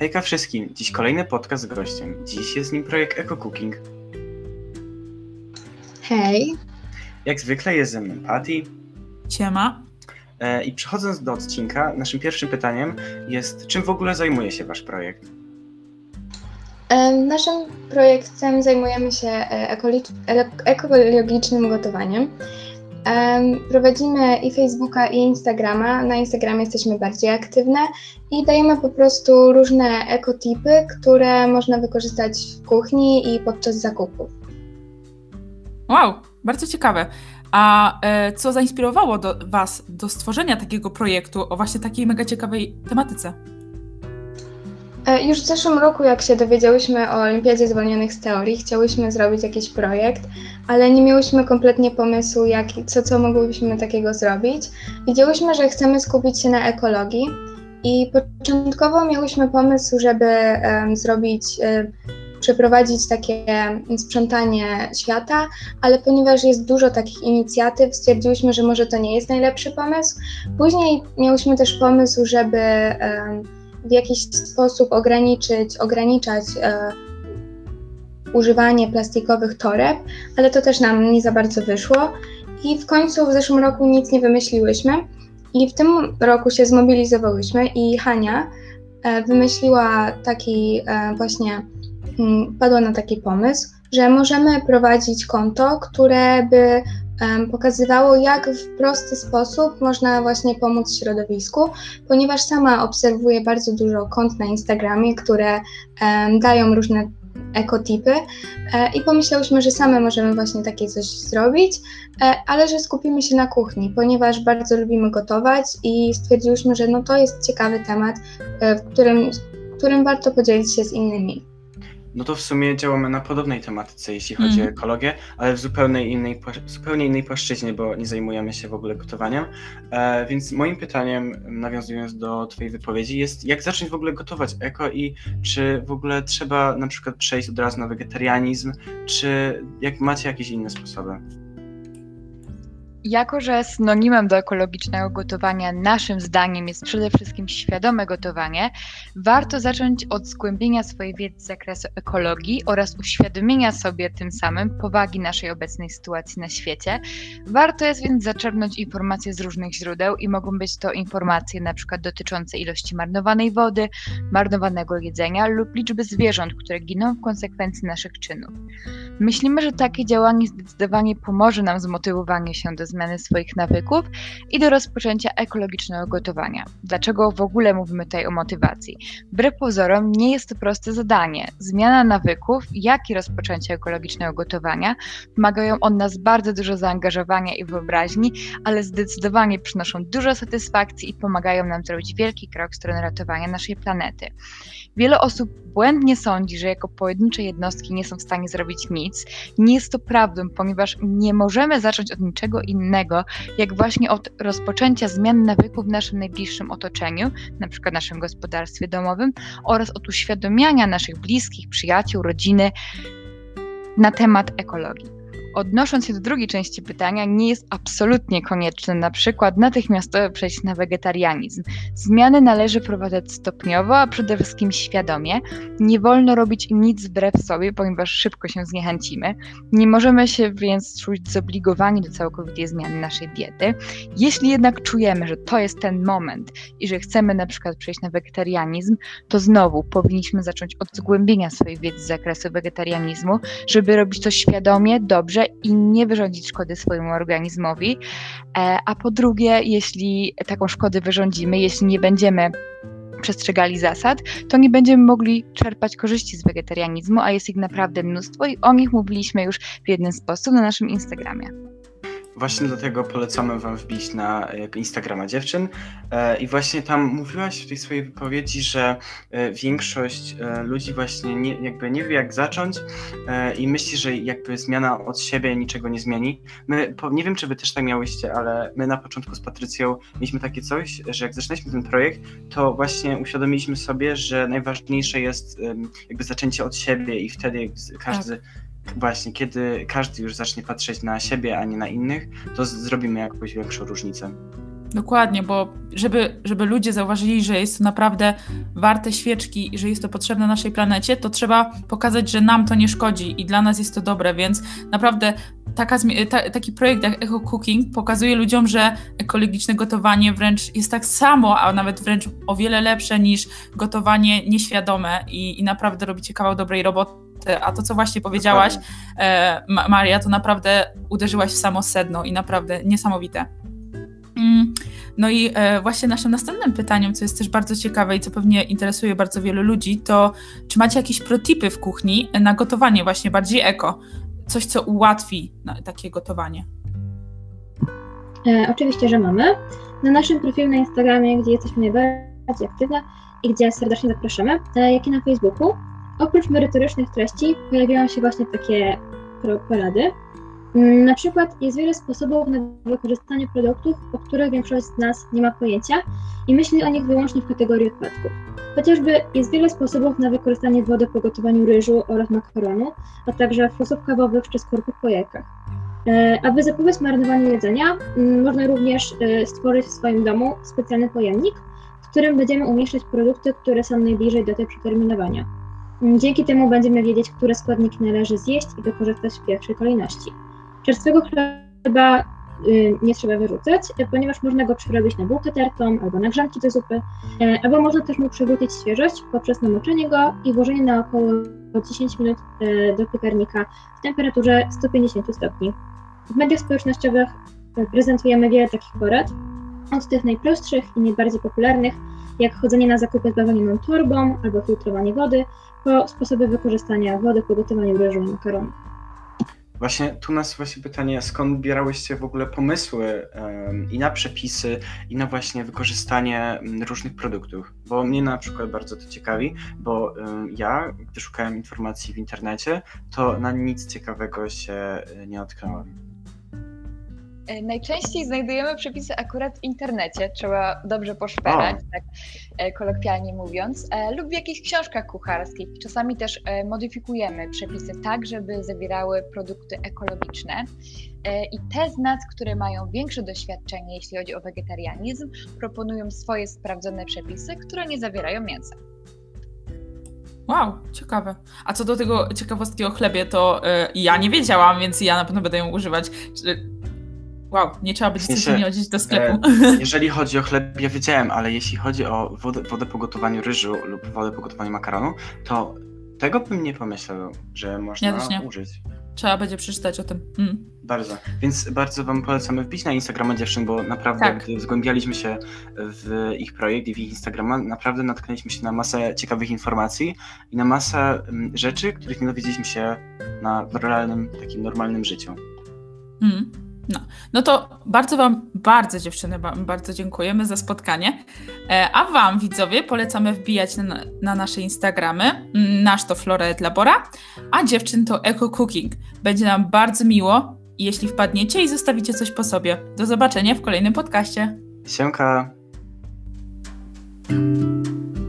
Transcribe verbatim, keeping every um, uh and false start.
Hejka wszystkim, dziś kolejny podcast z gościem. Dziś jest nim projekt Eco Cooking. Hej. Jak zwykle jest ze mną Patty. Siema. E, I przechodząc do odcinka, naszym pierwszym pytaniem jest, czym w ogóle zajmuje się wasz projekt? Naszym projektem zajmujemy się ekologicznym gotowaniem. Prowadzimy i Facebooka, i Instagrama. Na Instagramie jesteśmy bardziej aktywne i dajemy po prostu różne ekotipy, które można wykorzystać w kuchni i podczas zakupów. Wow, bardzo ciekawe. A e, co zainspirowało do was do stworzenia takiego projektu o właśnie takiej mega ciekawej tematyce? Już w zeszłym roku, jak się dowiedziałyśmy o Olimpiadzie Zwolnionych z Teorii, chciałyśmy zrobić jakiś projekt, ale nie miałyśmy kompletnie pomysłu, jak, co, co mogłybyśmy takiego zrobić. Wiedziałyśmy, że chcemy skupić się na ekologii i początkowo miałyśmy pomysł, żeby um, zrobić, um, przeprowadzić takie sprzątanie świata, ale ponieważ jest dużo takich inicjatyw, stwierdziłyśmy, że może to nie jest najlepszy pomysł. Później miałyśmy też pomysł, żeby um, w jakiś sposób ograniczyć, ograniczać e, używanie plastikowych toreb, ale to też nam nie za bardzo wyszło i w końcu w zeszłym roku nic nie wymyśliłyśmy i w tym roku się zmobilizowałyśmy i Hania e, wymyśliła taki e, właśnie, m, padła na taki pomysł, że możemy prowadzić konto, które by Um, pokazywało, jak w prosty sposób można właśnie pomóc środowisku, ponieważ sama obserwuję bardzo dużo kont na Instagramie, które um, dają różne ekotipy e, i pomyślałyśmy, że same możemy właśnie takie coś zrobić, e, ale że skupimy się na kuchni, ponieważ bardzo lubimy gotować i stwierdziłyśmy, że no to jest ciekawy temat, e, w którym, w którym warto podzielić się z innymi. No to w sumie działamy na podobnej tematyce, jeśli chodzi mm. o ekologię, ale w zupełnie innej, zupełnie innej płaszczyźnie, bo nie zajmujemy się w ogóle gotowaniem. E, więc moim pytaniem, nawiązując do twojej wypowiedzi, jest jak zacząć w ogóle gotować eko i czy w ogóle trzeba na przykład przejść od razu na wegetarianizm, czy jak macie jakieś inne sposoby? Jako że synonimem do ekologicznego gotowania naszym zdaniem jest przede wszystkim świadome gotowanie, warto zacząć od zgłębienia swojej wiedzy z zakresu ekologii oraz uświadomienia sobie tym samym powagi naszej obecnej sytuacji na świecie. Warto jest więc zaczerpnąć informacje z różnych źródeł i mogą być to informacje na przykład dotyczące ilości marnowanej wody, marnowanego jedzenia lub liczby zwierząt, które giną w konsekwencji naszych czynów. Myślimy, że takie działanie zdecydowanie pomoże nam w zmotywowaniu się do zmiany swoich nawyków i do rozpoczęcia ekologicznego gotowania. Dlaczego w ogóle mówimy tutaj o motywacji? Wbrew pozorom nie jest to proste zadanie. Zmiana nawyków, jak i rozpoczęcie ekologicznego gotowania wymagają od nas bardzo dużo zaangażowania i wyobraźni, ale zdecydowanie przynoszą dużo satysfakcji i pomagają nam zrobić wielki krok w stronę ratowania naszej planety. Wiele osób błędnie sądzi, że jako pojedyncze jednostki nie są w stanie zrobić nic. Nie jest to prawdą, ponieważ nie możemy zacząć od niczego innego, jak właśnie od rozpoczęcia zmian nawyków w naszym najbliższym otoczeniu, na przykład w naszym gospodarstwie domowym, oraz od uświadomiania naszych bliskich, przyjaciół, rodziny na temat ekologii. Odnosząc się do drugiej części pytania, nie jest absolutnie konieczne na przykład natychmiastowe przejść na wegetarianizm. Zmiany należy wprowadzać stopniowo, a przede wszystkim świadomie. Nie wolno robić nic wbrew sobie, ponieważ szybko się zniechęcimy. Nie możemy się więc czuć zobligowani do całkowitej zmiany naszej diety. Jeśli jednak czujemy, że to jest ten moment i że chcemy na przykład przejść na wegetarianizm, to znowu powinniśmy zacząć od zgłębienia swojej wiedzy z zakresu wegetarianizmu, żeby robić to świadomie, dobrze i nie wyrządzić szkody swojemu organizmowi, a po drugie, jeśli taką szkodę wyrządzimy, jeśli nie będziemy przestrzegali zasad, to nie będziemy mogli czerpać korzyści z wegetarianizmu, a jest ich naprawdę mnóstwo i o nich mówiliśmy już w jeden sposób na naszym Instagramie. Właśnie dlatego polecamy wam wbić na Instagrama dziewczyn i właśnie tam mówiłaś w tej swojej wypowiedzi, że większość ludzi właśnie nie, jakby nie wie jak zacząć i myśli, że jakby zmiana od siebie niczego nie zmieni. My, nie wiem czy wy też tak miałyście, ale my na początku z Patrycją mieliśmy takie coś, że jak zaczynaliśmy ten projekt, to właśnie uświadomiliśmy sobie, że najważniejsze jest jakby zaczęcie od siebie i wtedy każdy tak. Właśnie, kiedy każdy już zacznie patrzeć na siebie, a nie na innych, to z- zrobimy jakąś większą różnicę. Dokładnie, bo żeby, żeby ludzie zauważyli, że jest to naprawdę warte świeczki i że jest to potrzebne naszej planecie, to trzeba pokazać, że nam to nie szkodzi i dla nas jest to dobre, więc naprawdę taka, ta, taki projekt jak Eco Cooking pokazuje ludziom, że ekologiczne gotowanie wręcz jest tak samo, a nawet wręcz o wiele lepsze niż gotowanie nieświadome i, i naprawdę robicie kawał dobrej roboty. A to, co właśnie powiedziałaś, e, Maria, to naprawdę uderzyłaś w samo sedno i naprawdę niesamowite. No i e, właśnie naszym następnym pytaniem, co jest też bardzo ciekawe i co pewnie interesuje bardzo wielu ludzi, to czy macie jakieś protipy w kuchni na gotowanie właśnie bardziej eko? Coś, co ułatwi na, takie gotowanie? E, oczywiście, że mamy. Na naszym profilu na Instagramie, gdzie jesteśmy najbardziej aktywne i gdzie serdecznie zapraszamy, e, jak i na Facebooku, oprócz merytorycznych treści pojawiają się właśnie takie porady. Na przykład jest wiele sposobów na wykorzystanie produktów, o których większość z nas nie ma pojęcia i myśli o nich wyłącznie w kategorii odpadków. Chociażby jest wiele sposobów na wykorzystanie wody po gotowaniu ryżu oraz makaronu, a także fusów kawowych czy skórków po jajkach. Aby zapobiec marnowaniu jedzenia, można również stworzyć w swoim domu specjalny pojemnik, w którym będziemy umieszczać produkty, które są najbliżej daty przeterminowania. Dzięki temu będziemy wiedzieć, które składniki należy zjeść i wykorzystać w pierwszej kolejności. Czerstwego chleba y, nie trzeba wyrzucać, ponieważ można go przerobić na bułkę tertą albo na grzanki do zupy, y, albo można też mu przywrócić świeżość poprzez namoczenie go i włożenie na około dziesięć minut y, do piekarnika w temperaturze sto pięćdziesiąt stopni. W mediach społecznościowych y, prezentujemy wiele takich porad, od tych najprostszych i najbardziej popularnych, jak chodzenie na zakupy z bawełnianą torbą albo filtrowanie wody, po sposoby wykorzystania wody po gotowaniu ryżu i makaronu. Właśnie tu nas właśnie pytanie, skąd bierałyście w ogóle pomysły um, i na przepisy, i na właśnie wykorzystanie um, różnych produktów? Bo mnie na przykład bardzo to ciekawi, bo um, ja, gdy szukałem informacji w internecie, to na nic ciekawego się nie natknąłem. Najczęściej znajdujemy przepisy akurat w internecie, trzeba dobrze poszperać, tak kolokwialnie mówiąc, lub w jakichś książkach kucharskich. Czasami też modyfikujemy przepisy tak, żeby zawierały produkty ekologiczne. I te z nas, które mają większe doświadczenie, jeśli chodzi o wegetarianizm, proponują swoje sprawdzone przepisy, które nie zawierają mięsa. Wow, ciekawe. A co do tego ciekawostki o chlebie, to y, ja nie wiedziałam, więc ja na pewno będę ją używać. Wow, nie trzeba będzie w sensie, nie chodzić do sklepu. E, jeżeli chodzi o chleb, ja wiedziałem, ale jeśli chodzi o wodę, wodę po gotowaniu ryżu lub wodę po gotowaniu makaronu, to tego bym nie pomyślał, że można ja użyć. Trzeba będzie przeczytać o tym. Mm. Bardzo. Więc bardzo wam polecamy wbić na Instagrama dziewczyn, bo naprawdę, tak. Gdy zgłębialiśmy się w ich projekt i w ich Instagrama, naprawdę natknęliśmy się na masę ciekawych informacji i na masę rzeczy, których nie dowiedzieliśmy się na realnym, takim normalnym życiu. Mm. No. no to bardzo wam, bardzo dziewczyny, bardzo dziękujemy za spotkanie, a wam widzowie polecamy wbijać na, na nasze Instagramy, nasz to Flora et Labora, a dziewczyn to Eco Cooking. Będzie nam bardzo miło, jeśli wpadniecie i zostawicie coś po sobie. Do zobaczenia w kolejnym podcaście. Siemka!